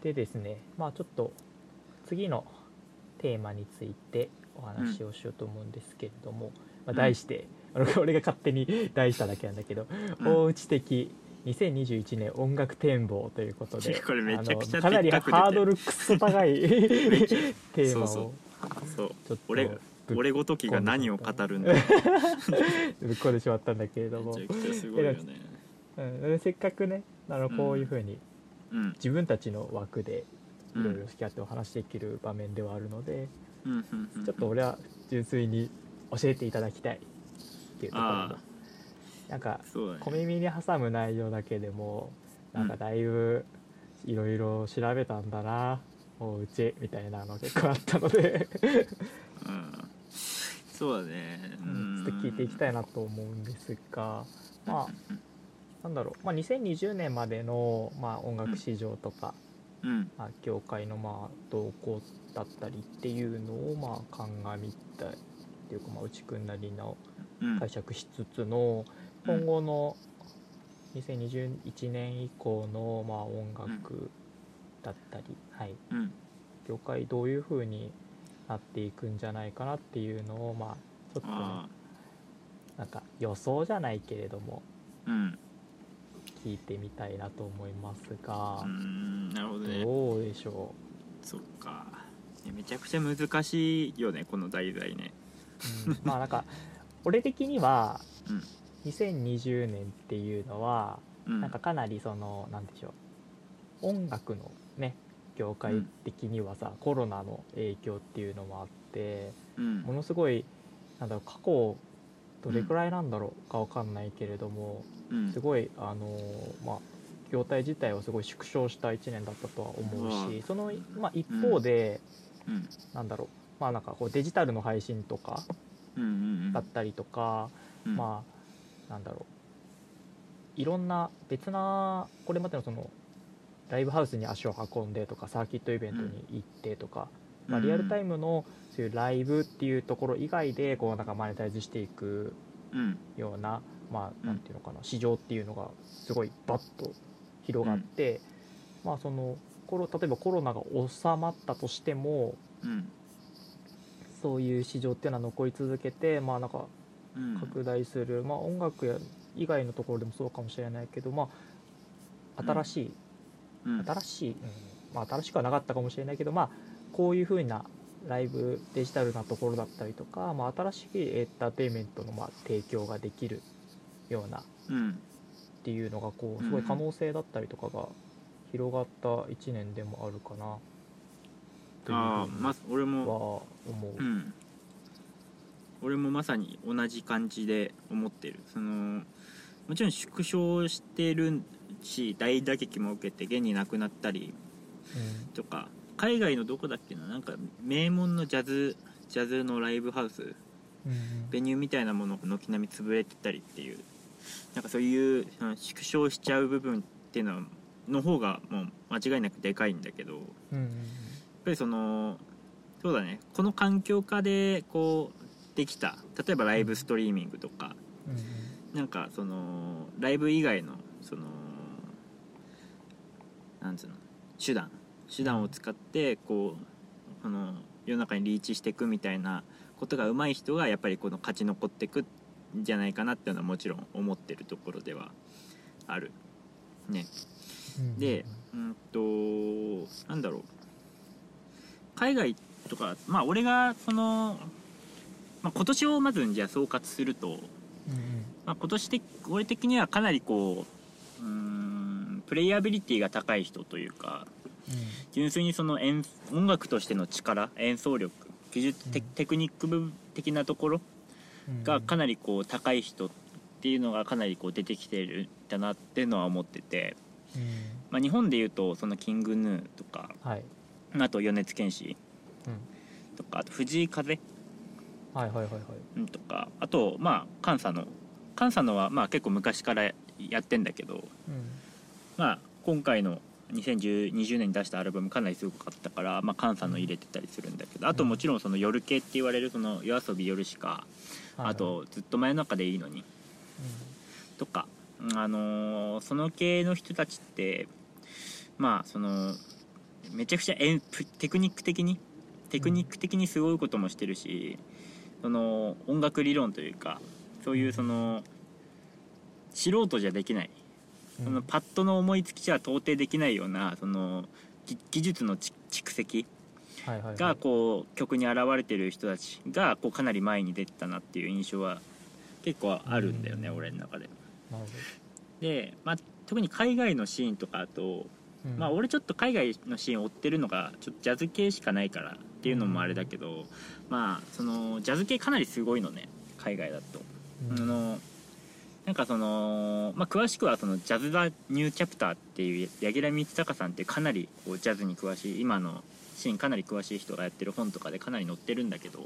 でですね、まあちょっと次のテーマについてお話をしようと思うんですけれども、まあ、題して、俺が勝手に題しただけなんだけど、大内的2021年音楽展望ということで、 これめちゃくちゃかなりでっかく出てハードルクソ高いテーマをそうちょっと俺ごときが何を語るんだぶっ込んでしまったんだけれども、 めちゃくちゃすごいよね。 せっかくねこういうふうに自分たちの枠でいろいろ好き勝手お話できる場面ではあるので、ちょっと俺は純粋に教えていただきたいっていうところもなんか小耳に挟む内容だけでもなんかだいぶいろいろ調べたんだな、もううちみたいなの結構あったのでそうだね、 ちょっと聞いていきたいなと思うんですが、まあなんだろう、まあ、2020年までの、まあ、音楽市場とか、まあ、業界のまあ動向だったりっていうのをまあ鑑みたいっていうか、まあ、内くんなりの解釈しつつの今後の2021年以降のまあ音楽だったり、はい、業界どういう風になっていくんじゃないかなっていうのをまあちょっとねなんか予想じゃないけれども、聞いてみたいなと思いますが、 なるほどね。 どうでしょう。そっか、めちゃくちゃ難しいよねこの題材ね。 まあなんか俺的には、2020年っていうのは、なんかかなりそのなんでしょう、音楽のね業界的にはさ、コロナの影響っていうのもあって、ものすごいなんだろう、過去どれくらいなんだろうかわかんないけれども、すごいまあ業態自体はすごい縮小した1年だったとは思うし、その、まあ、一方で、なんだろう、まあなんかこうデジタルの配信とかだったりとか、まあなんだろう、いろんな別なこれまでのそのライブハウスに足を運んでとかサーキットイベントに行ってとか、まあ、リアルタイムのそういうライブっていうところ以外でこうなんかマネタイズしていくような、まあなんていうのかな、市場っていうのがすごいバッと広がって、まあその例えばコロナが収まったとしても、そういう市場っていうのは残り続けて、まあなんか拡大する、まあ音楽や以外のところでもそうかもしれないけど、まあ新しい、まあ新しくはなかったかもしれないけど、まあこういう風なライブデジタルなところだったりとか、まあ、新しいエンターテインメントのまあ提供ができるようなっていうのがこうすごい可能性だったりとかが広がった1年でもあるかなというふうには思う。 俺もまさに同じ感じで思ってる。もちろん縮小してるし大打撃も受けて現になくなったりとか、海外のどこだっけな、なんか名門のジャズのライブハウス、ベニューみたいなものが軒並み潰れてたりっていう、なんかそういう縮小しちゃう部分っていうの方がもう間違いなくでかいんだけど、やっぱりそうだね、この環境下でこうできた例えばライブストリーミングとか、なんかライブ以外のなんつうの手段を使ってこう世の中にリーチしていくみたいなことが上手い人がやっぱりこの勝ち残っていくんじゃないかなっていうのはもちろん思ってるところではあるね。でなんだろう、海外とか、まあ俺がまあ、今年をまずじゃあ総括すると、まあ、今年俺的にはかなりこうプレイヤビリティが高い人というか、純粋に音楽としての力、演奏力、技術テクニック部的なところがかなりこう高い人っていうのがかなりこう出てきてるんだなっていうのは思ってて、まあ、日本でいうとキングヌーとか、あと米津玄師とか、あと藤井風とか、あとまあ菅佐野はまあ結構昔からやってんだけど、まあ今回の2020年に出したアルバムかなりすごかったから、まあ、菅佐野入れてたりするんだけど、あともちろん夜系って言われる夜遊び夜しか、あとずっと真夜中でいいのに、とかその系の人たちってまあめちゃくちゃテクニック的にすごいこともしてるし、その音楽理論というかそういうその素人じゃできない、そのパッドの思いつきじゃ到底できないようなその技術の蓄積がこう曲に現れてる人たちがこうかなり前に出てたなっていう印象は結構あるんだよね、俺の中で。で、特に海外のシーンとかあと、俺ちょっと海外のシーンを追ってるのがちょっとジャズ系しかないからっていうのもあれだけど、そのジャズ系かなりすごいのね、海外だと。なんかその、詳しくはそのジャズ・ザ・ニュー・チャプターっていう柳楽光隆さんってかなりこうジャズに詳しい、今のシーンかなり詳しい人がやってる本とかでかなり載ってるんだけど、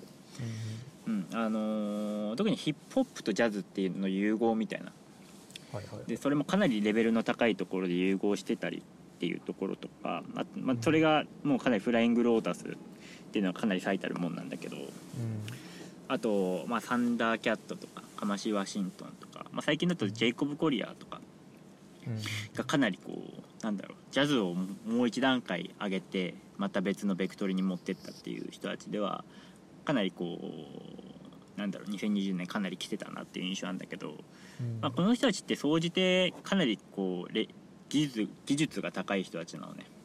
特にヒップホップとジャズっていうの融合みたいな、でそれもかなりレベルの高いところで融合してたりっていうところとか、それがもうかなりフライングロータスっていうのはかなり最たるもんなんだけど、あと、サンダーキャットとかカマシ・ワシントンとか、最近だとジェイコブ・コリアーとかがかなりこうなんだろう、ジャズをもう一段階上げてまた別のベクトルに持ってったっていう人たちではかなりこうなんだろう、2020年かなり来てたなっていう印象なんだけど、この人たちって総じてかなりこう技術が高い人たちなのね。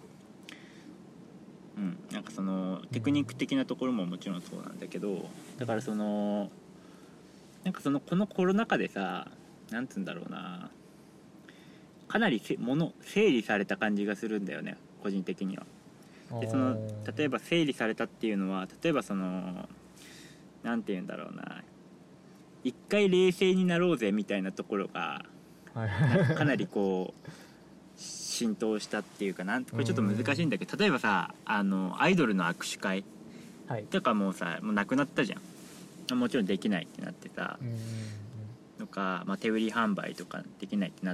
なんかそのテクニック的なところももちろんそうなんだけど、だからそのなんかそのこのコロナ禍でさ、なんつうんだろうな、かなり整理された感じがするんだよね、個人的には。でその例えば整理されたっていうのは、例えばそのなんて言うんだろうな、一回冷静になろうぜみたいなところがかなりこう浸透したっていうかな、これちょっと難しいんだけど、例えばさアイドルの握手会とかもうさ、もうなくなったじゃん、もちろんできないってなってさ、とか、手売り販売とかできないってなって、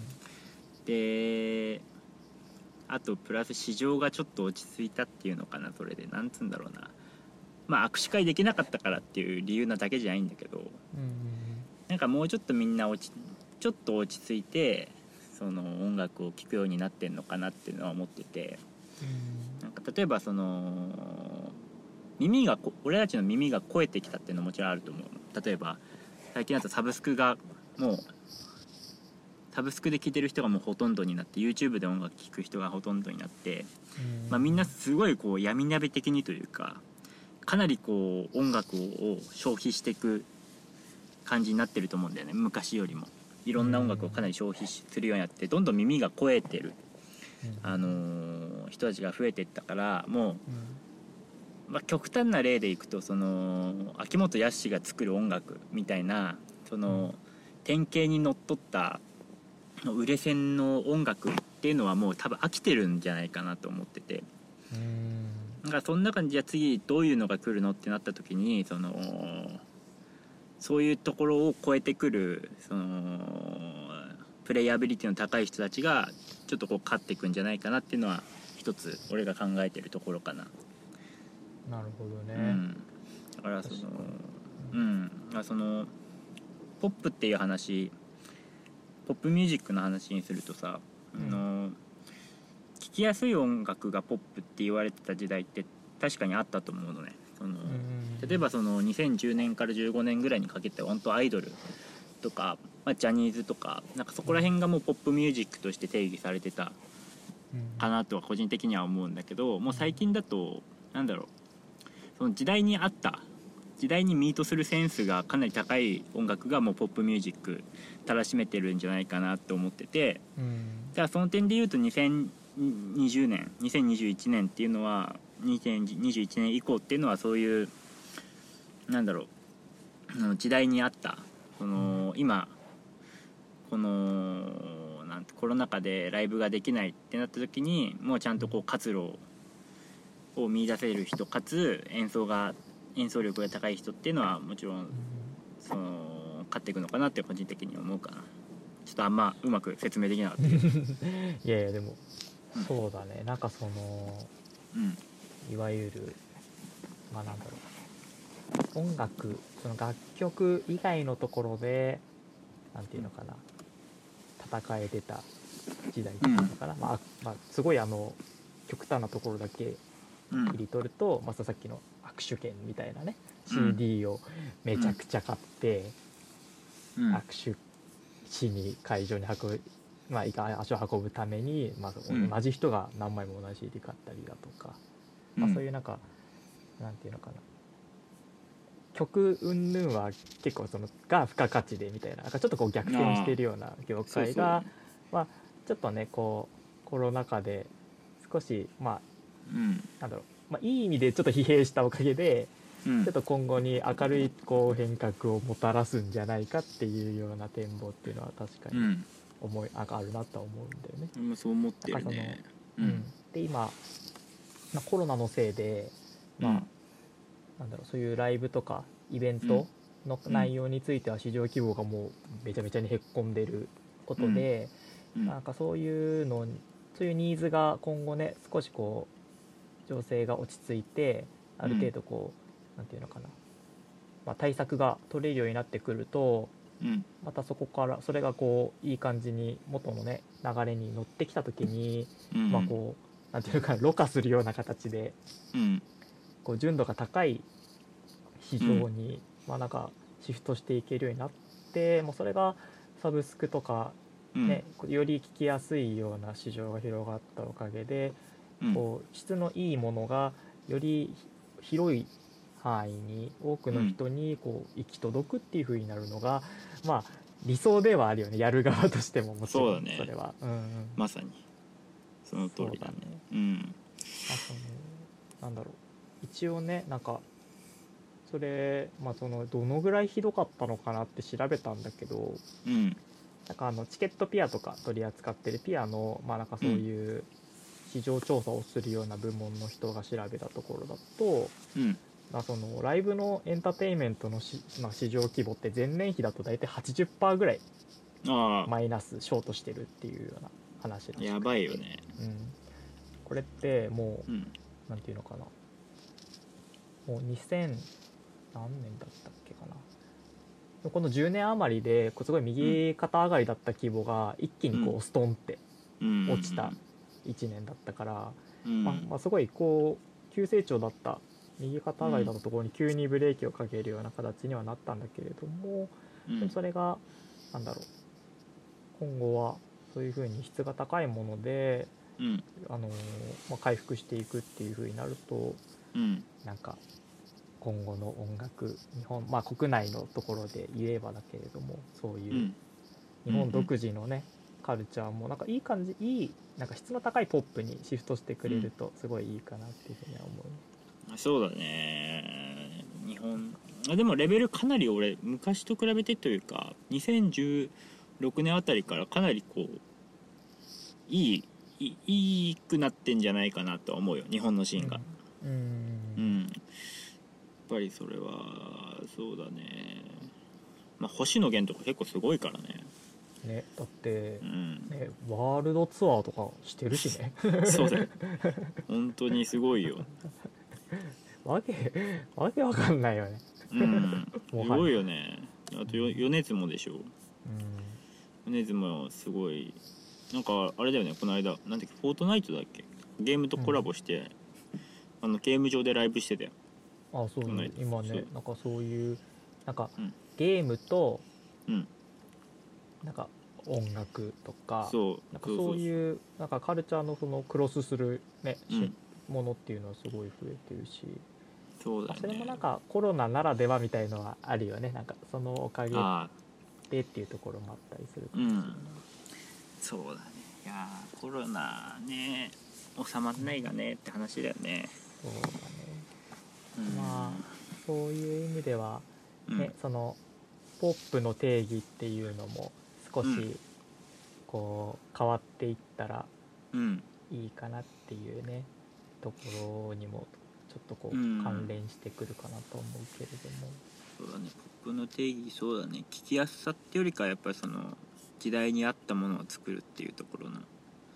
であとプラス市場がちょっと落ち着いたっていうのかな、それでなんつうんだろうな、握手会できなかったからっていう理由なだけじゃないんだけど、なんかもうちょっとみんなちょっと落ち着いてその音楽を聴くようになってんのかなっていうのは思ってて、なんか例えばその俺たちの耳が肥えてきたっていうのももちろんあると思う。例えば最近だとサブスクで聴いてる人がもうほとんどになって、 YouTube で音楽聴く人がほとんどになって、みんなすごいこう闇鍋的にというか、かなりこう音楽を消費していく感じになってると思うんだよね。昔よりもいろんな音楽をかなり消費するようになって、どんどん耳が肥えてる、人たちが増えていったから、もう、極端な例でいくと、その秋元康が作る音楽みたいなその典型にのっとった売れ線の音楽っていうのはもう多分飽きてるんじゃないかなと思ってて、だからその中にじゃあ次どういうのが来るのってなった時に、そういうところを超えてくるそのプレイヤビリティの高い人たちがちょっとこう勝っていくんじゃないかなっていうのは一つ俺が考えてるところかな。 なるほどね。 だからそのポップっていう話、ポップミュージックの話にするとさ、聴きやすい音楽がポップって言われてた時代って確かにあったと思うのね。例えばその2010年から15年ぐらいにかけて本当アイドルとか、ジャニーズとかなんかそこら辺がもうポップミュージックとして定義されてたかなとは個人的には思うんだけど、もう最近だとなんだろう、その時代にミートするセンスがかなり高い音楽がもうポップミュージックたらしめてるんじゃないかなと思ってて、じゃあその点で言うと2020年2021年っていうのは2021年以降っていうのはそういうなんだろう、時代に合ったその今このコロナ禍でライブができないってなった時にもうちゃんとこう活路を見出せる人かつ演奏力が高い人っていうのはもちろんその勝っていくのかなって個人的に思うかな。ちょっとあんまうまく説明できなかったいやいやでも、そうだね、なんかその、いわゆるなんだろう、音楽その楽曲以外のところでなんていうのかな、戦えてた時代っていうのかな、すごい極極端なところだけうん切り取ると、まあ、さっきの握手券みたいなね、 うん CD をめちゃくちゃ買って、 うん握手しに会場に運ぶ、まあ、足を運ぶために、まあ、 うん同じ人が何枚も同じ CD 買ったりだとか、まあ、そういうなんかなんていうのかな、曲云々は結構そのが付加価値でみたいな、なんかちょっとこう逆転しているような業界が、まあ、ちょっとねこうコロナ禍で少しまあなんだろう、まあ、いい意味でちょっと疲弊したおかげで、ちょっと今後に明るいこう変革をもたらすんじゃないかっていうような展望っていうのは確かにあるなとは思うんだよね。 うんそう思ってるね。 で今、まあ、コロナのせいで、まあなんだろう、そういうライブとかイベントの内容については市場規模がもうめちゃめちゃにへっこんでることで、なんかそういうの、そういうニーズが今後ね少しこう情勢が落ち着いてある程度こう、なんていうのかな、まあ、対策が取れるようになってくると、またそこからそれがこういい感じに元のね流れに乗ってきた時に、まあこうなんていうかろ過するような形で、こう純度が高い市場に、まあなんかシフトしていけるようになって、もうそれがサブスクとかね、より聞きやすいような市場が広がったおかげで、こう質のいいものがより広い範囲に多くの人にこう行き届くっていう風になるのが、まあ理想ではあるよね、やる側としても。もちろんそれはまさにその通りだね。 なんだろう、一応ねなんかそれ、まあ、そのどのぐらいひどかったのかなって調べたんだけど、なんかチケットピアとか取り扱ってるピアの、まあ、なんかそういう市場調査をするような部門の人が調べたところだと、まあ、そのライブのエンターテインメントのまあ、市場規模って前年比だと大体 80% ぐらいマイナスショートしてるっていうような話らしくて、 やばいよね。 これってもう、なんていうのかな、もう2000何年だったっけかな、この10年余りですごい右肩上がりだった規模が一気にこうストンって落ちた1年だったから、まあすごいこう急成長だった右肩上がりだったところに急にブレーキをかけるような形にはなったんだけれども、でもそれがなんだろう、今後はそういう風に質が高いもので、まあ、回復していくっていう風になると、なんか今後の音楽、日本、まあ国内のところで言えばだけれども、そういう日本独自のね、カルチャーもなんかいい感じ、なんか質の高いポップにシフトしてくれるとすごいいいかなっていうふうには思う。 そうだね。日本でもレベルかなり俺昔と比べてというか2016年あたりからかなりこういいくなってんじゃないかなと思うよ、日本のシーンが。やっぱりそれはそうだね。まあ星野源とか結構すごいからね。 だって、ね、ワールドツアーとかしてるしね。 そうだよ。本当にすごいよ。 わけわかんないよね。 すごいよね。あと米津もでしょ。米津もすごい。なんかあれだよね、この間なんだっけ、フォートナイトだっけ、ゲームとコラボして、ゲーム上でライブしてたよ。 そうね、今ね、なんかそういうなんか、ゲームと、なんか音楽とか、なんかそういうなんかカルチャーのそのクロスするね、ものっていうのはすごい増えてるし、 そうだね、 それもなんかコロナならではみたいのはあるよね。なんかそのおかげでっていうところもあったりするかもしれない。 そうだね。いやコロナね収まんないがねって話だよね。 そうだね。まあそういう意味ではね、そのポップの定義っていうのも少しこう変わっていったらいいかなっていうね、ところにもちょっとこう関連してくるかなと思うけれども、 そうだね、ポップの定義、そうだね、聞きやすさってよりかはやっぱりその時代に合ったものを作るっていうところの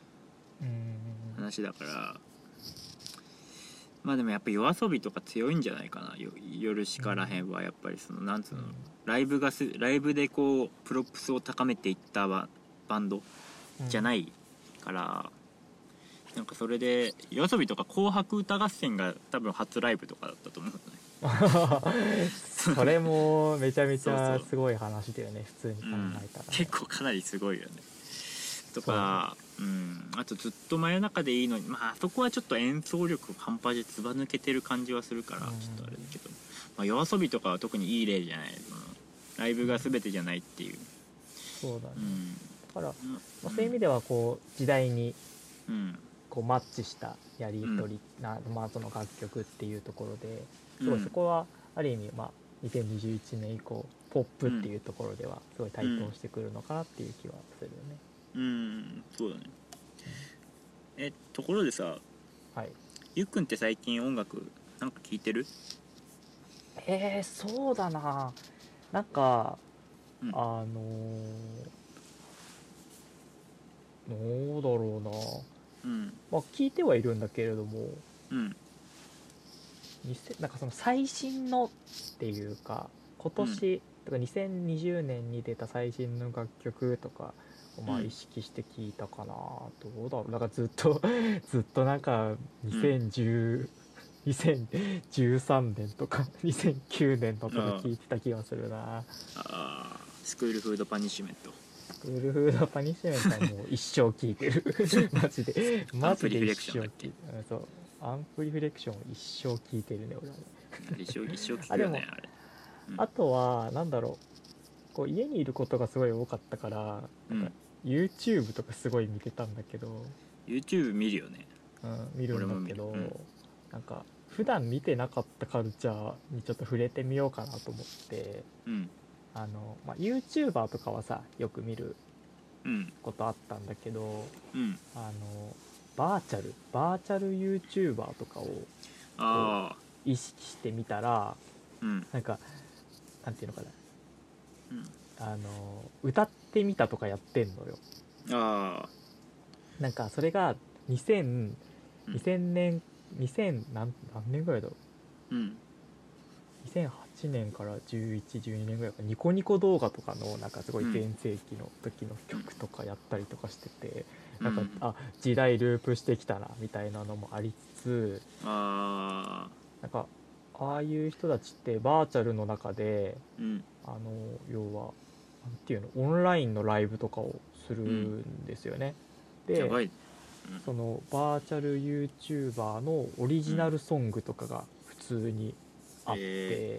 話だから、まあでもやっぱ夜遊びとか強いんじゃないかな。夜しからへんはやっぱりそのなんつうの、ライブでこうプロップスを高めていったバンドじゃないから、 なんかそれでYOASOBIとか紅白歌合戦が多分初ライブとかだったと思うねそれもめちゃめちゃそうそうすごい話だよね、普通に考えたら、 結構かなりすごいよねとか、あとずっと真夜中でいいのに、まああそこはちょっと演奏力半端でずば抜けてる感じはするから、ちょっとあれだけど、まあ、YOASOBIとかは特にいい例じゃない、ライブが全てじゃないっていう。 そうだね、だから、まあ、そういう意味ではこう時代にこうマッチしたやり取りな、まあ、その楽曲っていうところですごいそこはある意味、まあ、2021年以降ポップっていうところではすごい台頭してくるのかなっていう気はするよね。 そうだね。ところでさ、 はい、 ゆっくんって最近音楽なんか聴いてる？ そうだな、なんか、どうだろうな、まあ聞いてはいるんだけれども、なんかその最新のっていうか今年とか2020年に出た最新の楽曲とかをまあ意識して聞いたかな、どうだろう、だからずっとなんか2013年とか2009年のとか聞いてた気がするな。 スクールフードパニッシュメント。 スクールフードパニッシュメントはもう一生聞いてるマジで一生聞いてる。そうアンプリフレクションを一生聞いてるね俺はね一生聞くよねあれ。 あとはなんだろう、こう家にいることがすごい多かったから、なんか YouTube とかすごい見てたんだけど、 YouTube 見るよね。 見るんだけど、なんか普段見てなかったカルチャーにちょっと触れてみようかなと思って、まあ、YouTuber とかはさよく見ることあったんだけど、バーチャル YouTuber とかを意識してみたら、なんかなんていうのかな、歌ってみたとかやってんのよ。なんかそれが2000年何年ぐらいだろう、2008年から11、12年ぐらいか、ニコニコ動画とかのなんかすごい全盛期の時の曲とかやったりとかしてて、なんか時代ループしてきたなみたいなのもありつつ、なんかああいう人たちってバーチャルの中で、要はなんていうの、オンラインのライブとかをするんですよね。でそのバーチャル YouTuber のオリジナルソングとかが普通にあって、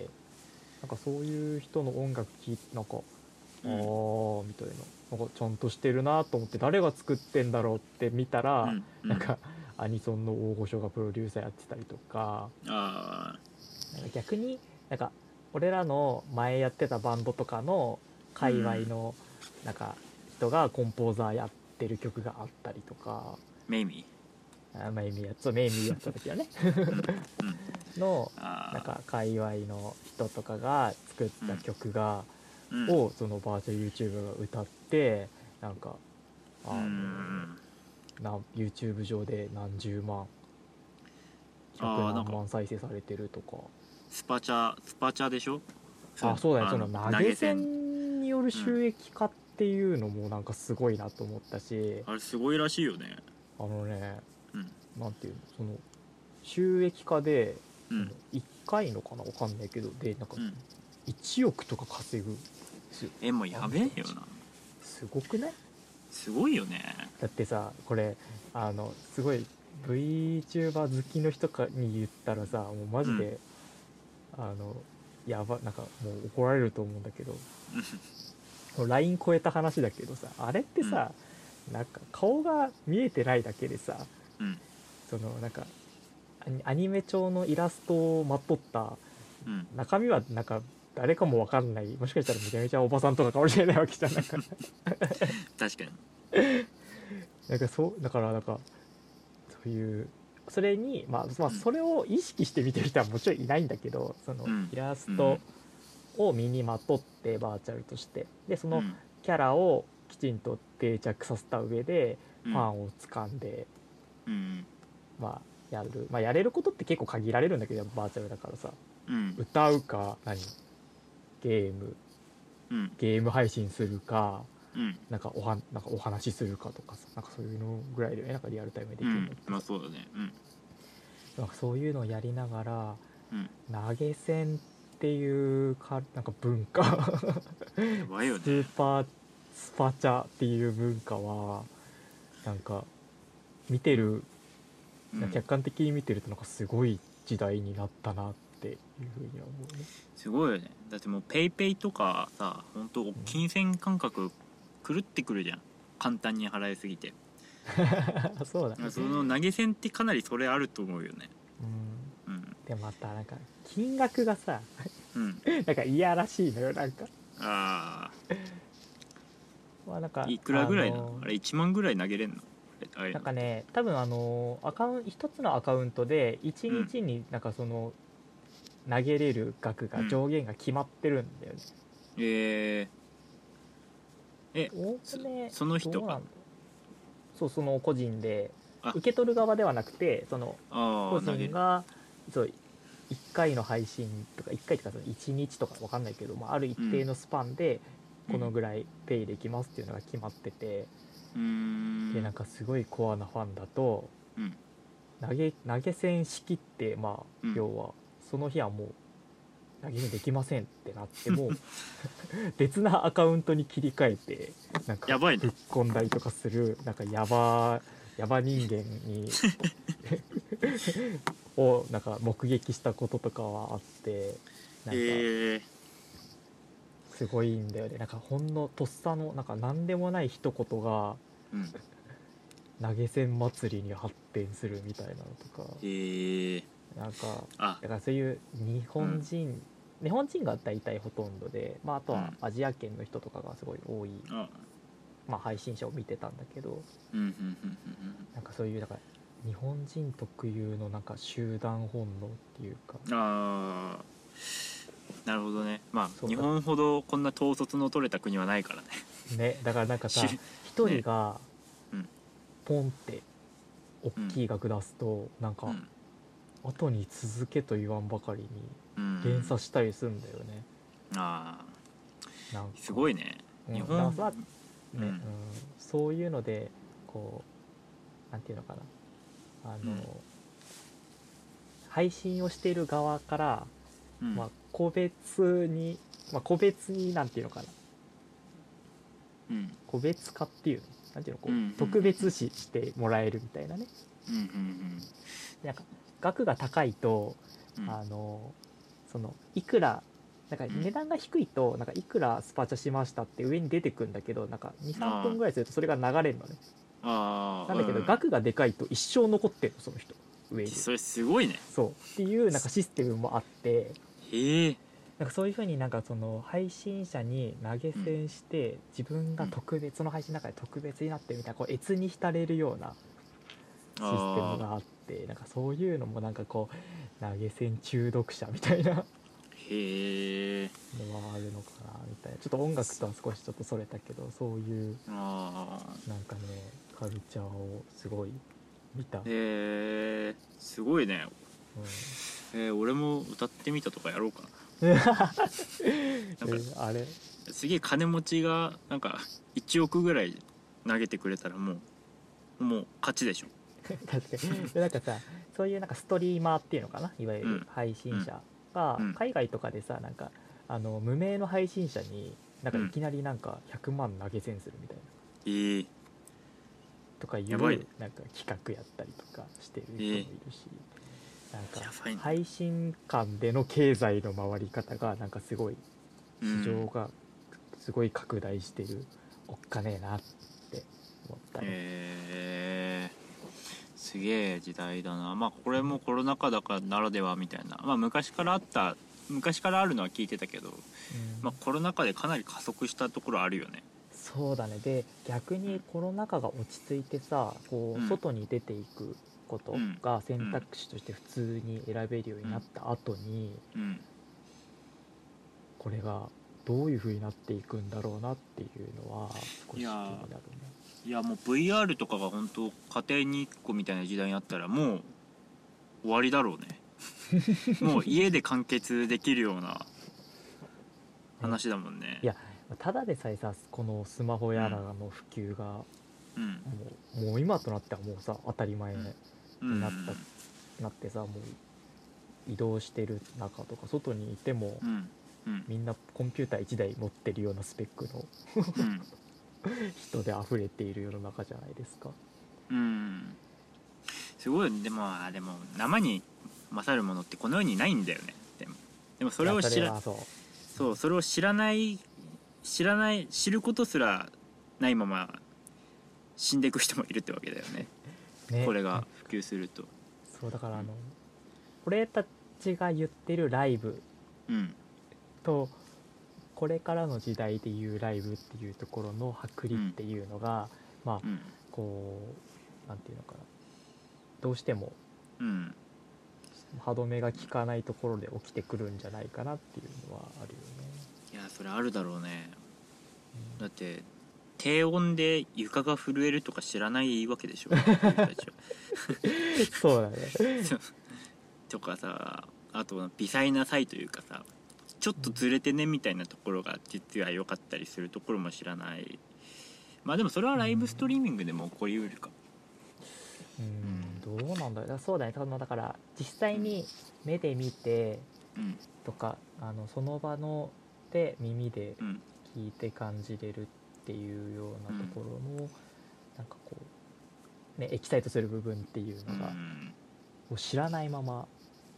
なんかそういう人の音楽聴いてなんか、みたいな、なんかちゃんとしてるなと思って、誰が作ってんだろうって見たら、なんかアニソンの大御所がプロデューサーやってたりとか、なんか逆になんか俺らの前やってたバンドとかの界隈のなんか人がコンポーザーやってる曲があったりとか、 メイミーやった時はねのなんか界隈の人とかが作った曲が、をそのバーチャル YouTuber が歌って、なんかYouTube 上で何十万100何万再生されてるとか。 スパチャでしょ。 そうだね、その投げ銭による収益化っていうのもなんかすごいなと思ったし、 あれすごいらしいよね。 なんていうの、その収益化で、1回のかな分かんないけど、でなんか1億とか稼ぐんですよ。 もうやべえよな。 すごくない？すごいよね。 だってさ、これすごい VTuber 好きの人に言ったらさ、もうマジで、やば、なんかもう怒られると思うんだけどライン超えた話だけどさ、あれってさ、なんか顔が見えてないだけでさ、そのなんかアニメ調のイラストをまとった、中身はなんか誰かも分かんない、もしかしたらめちゃめちゃおばさんとかかもしれないわけじゃないか確かになんかだからなんかそういう、それにまあそれを意識して見てる人はもちろんいないんだけど、そのイラストを身にまとってバーチャルとしてで、そのキャラをきちんと定着させた上でファンを掴んで、やれることって結構限られるんだけど、バーチャルだからさ、歌うかゲーム配信するか、 なんかなんかお話しするかとかさ、なんかそういうのぐらいでなんかリアルタイムでできるのって、 まあそうだね。 なんかそういうのをやりながらうん。 投げ銭っていうかなんか文化やばいよね。 スパチャっていう文化はなんか見てる、客観的に見てるとなんかすごい時代になったなっていうふうには思うね。 すごいよね。だってもうペイペイとかさ、本当金銭感覚狂ってくるじゃん。簡単に払いすぎて。 そうだね。 その投げ銭ってかなりそれあると思うよね。 でまたなんか金額がさなんかいやらしいのよ、なんか。まあなんかいくらぐらいなの？あれ1万ぐらい投げれんの？ なんかね、多分一つのアカウントで1日になんかその投げれる額が上限が決まってるんだよね。 その人が？ そう、その個人で受け取る側ではなくて、その個人がそう1回の配信とか、1回とかその1日とか分かんないけど、まあ、ある一定のスパンでこのぐらいペイできますっていうのが決まってて、でなんかすごいコアなファンだと、投げ銭しきって、まあ要はその日はもう投げ銭できませんってなっても別なアカウントに切り替えてなんかぶっ込んだりとかする、なんかヤバ人間にをなんか目撃したこととかはあって、なんかすごいんだよね。なんかほんのとっさのなんか何でもない一言が投げ銭祭りに発展するみたいなのとか、なんかだからそういう日本人が大体ほとんどで、まあ、あとはアジア圏の人とかがすごい多い、まあ、配信者を見てたんだけど、なんかそういうだから日本人特有のなんか集団本能っていうか。 なるほどね。まあ日本ほどこんな統率の取れた国はないからね。 だからなんかさ、一人がポンって大きい額出すと、なんか後に続けと言わんばかりに連鎖したりするんだよね。 なんかすごいね。日本そういうのでこうなんていうのかな、配信をしている側から、まあ個別になんていうのかな、個別化っていうのなんていうの、こう特別視してもらえるみたいなね。なんか額が高いと、そのいくらなんか値段が低いとなんかいくらスパチャしましたって上に出てくんだけど、なんか 2,3 分ぐらいするとそれが流れるのね。なんだけど額がでかいと一生残ってるの、その人上に。 それすごいね。 そうっていうなんかシステムもあって、なんかそういう風になんかその配信者に投げ銭して自分が特別、その配信の中で特別になってるみたいな、こう悦に浸れるようなシステムがあって、なんかそういうのもなんかこう投げ銭中毒者みたいなのはあるのかなみたいな。ちょっと音楽とは少しちょっとそれたけど、そういうなんかねカルチャーをすごい見た。 すごいね。俺も歌ってみたとかやろうかな。 あれすげえ金持ちがなんか1億ぐらい投げてくれたらもう勝ちでしょ。 確かに。なんかさ、そういうなんかストリーマーっていうのかな、いわゆる配信者が海外とかでさ、なんか無名の配信者になんかいきなりなんか100万投げ銭するみたいな、とかいうなんか企画やったりとかしてる人もいるし、なんか配信間での経済の回り方がなんかすごい市場がすごい拡大してる、おっかねえなって思ったね。 すげえ時代だな。まあこれもコロナ禍だからならではみたいな、まあ昔からあるのは聞いてたけど、まあコロナ禍でかなり加速したところあるよね。 そうだね。で逆にコロナ禍が落ち着いてさ、こう外に出ていくことが選択肢として普通に選べるようになった後に、これがどういう風になっていくんだろうなっていうのは少し気になるね。 いやもう VR とかが本当家庭に1個みたいな時代になったらもう終わりだろうね。もう家で完結できるような話だもんね。 いやただでさえさこのスマホやらの普及がもう今となってはもうさ当たり前になってさ、もう移動してる中とか外にいてもみんなコンピューター1台持ってるようなスペックの人で溢れている世の中じゃないですか。 すごい。でも生に勝るものってこの世にないんだよね。でもそれを知ることすらないまま死んでいく人もいるってわけだよね。これが普及すると。 そうだから俺たちが言ってるライブと、これからの時代でいうライブっていうところの剥離っていうのが、まあこうなんていうのかな、どうしても歯止めが効かないところで起きてくるんじゃないかなっていうのはあるよね。 いやそれあるだろうね。だって低温で床が震えるとか知らないわけでしょそうだねとかさ、あと微細な差異というかさ、ちょっとずれてねみたいなところが実は良かったりするところも知らない。まあでもそれはライブストリーミングでも起こりうるか。 どうなんだろう。そうだね。だから実際に目で見てとか、その場ので耳で聞いて感じれるっていうようなところの、なんかこうねエキサイトする部分っていうのが、もう知らないまま、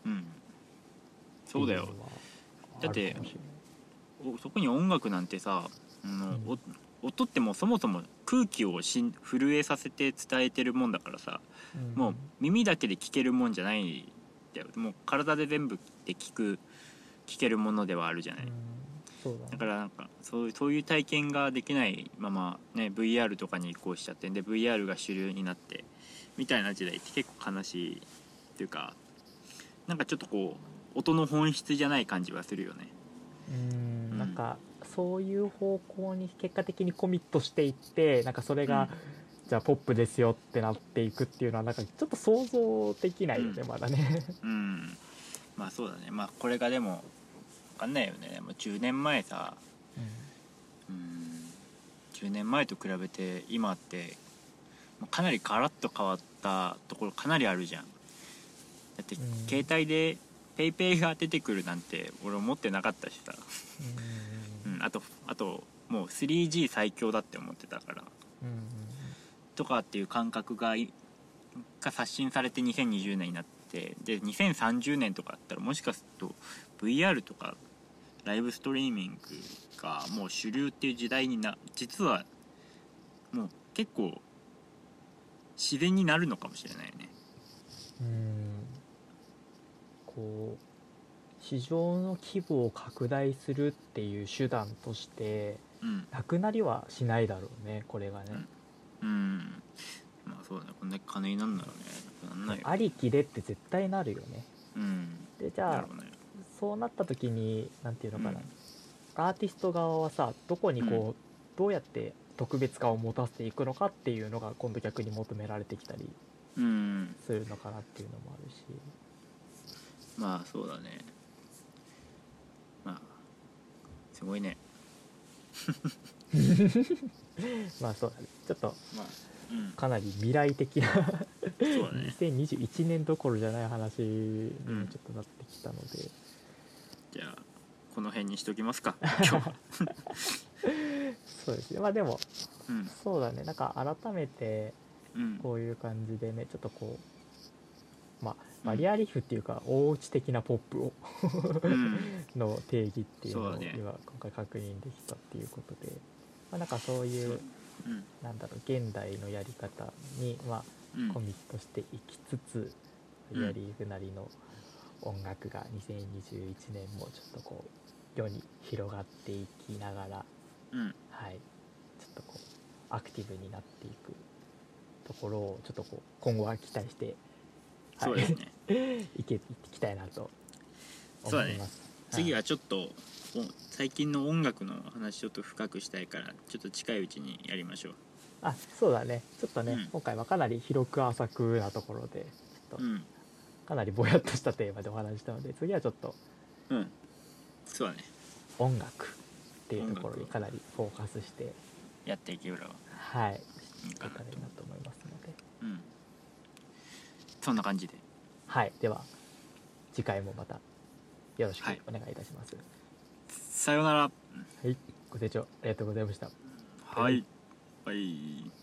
そうだよ。だってそこに音楽なんてさ、音ってもうそもそも空気を震えさせて伝えてるもんだからさ、もう耳だけで聞けるもんじゃないんだよ。もう体で全部で聞けるものではあるじゃない。 そうだね。 だからなんかそういう体験ができないままね VR とかに移行しちゃってんで VR が主流になってみたいな時代って結構悲しいっていうか、なんかちょっとこう音の本質じゃない感じはするよね。 なんかそういう方向に結果的にコミットしていって、なんかそれが、じゃあポップですよってなっていくっていうのはなんかちょっと想像できないよね、まだねまあそうだね。まあこれがでも分かんないよね。もう10年前さ、10年前と比べて今ってかなりガラッと変わったところかなりあるじゃん。だって携帯でペイペイが出てくるなんて俺思ってなかったしさ、あともう 3G 最強だって思ってたから、とかっていう感覚が刷新されて2020年になって、で2030年とかだったらもしかすると VR とかライブストリーミングがもう主流っていう時代に実はもう結構自然になるのかもしれないね。 こう市場の規模を拡大するっていう手段としてなくなりはしないだろうね、これがね。 まあそうだね。こんだけ金になるんだろうね。なくなんないよ。 ありきでって絶対なるよね。でじゃあ、そうなった時になんていうのかな、アーティスト側はさどこにこう、どうやって特別感を持たせていくのかっていうのが今度逆に求められてきたりするのかなっていうのもあるし、 まあそうだね。まあすごいねまあそうだね。ちょっと、かなり未来的なそうだね2021年どころじゃない話にもちょっとなってきたので、 じゃあこの辺にしときますか今日はそうですね。まあでも、そうだね。なんか改めてこういう感じでね、ちょっとこうバリアリーフっていうか大内的なポップをの定義っていうのを今回確認できたっていうことで、なんかそういうなんだろう現代のやり方にコミットしていきつつ、バリアリーフなりの音楽が2021年もちょっとこう世に広がっていきながら、はい、ちょっとこうアクティブになっていくところをちょっとこう今後は期待して、 そうですねいきたいなと思います。 次はちょっと最近の音楽の話ちょっと深くしたいからちょっと近いうちにやりましょう。 そうだね。ちょっとね、今回はかなり広く浅くなところでちょっと、かなりぼやっとしたテーマでお話したので、次はちょっとそうだね、 音楽っっていうところにかなりフォーカスしてやっていければはいいいかなといいなと思いますので、 そんな感じで、 はいでは次回もまたよろしくお願いいたします。 さようなら。 はい、ご清聴ありがとうございました。 はい、はい。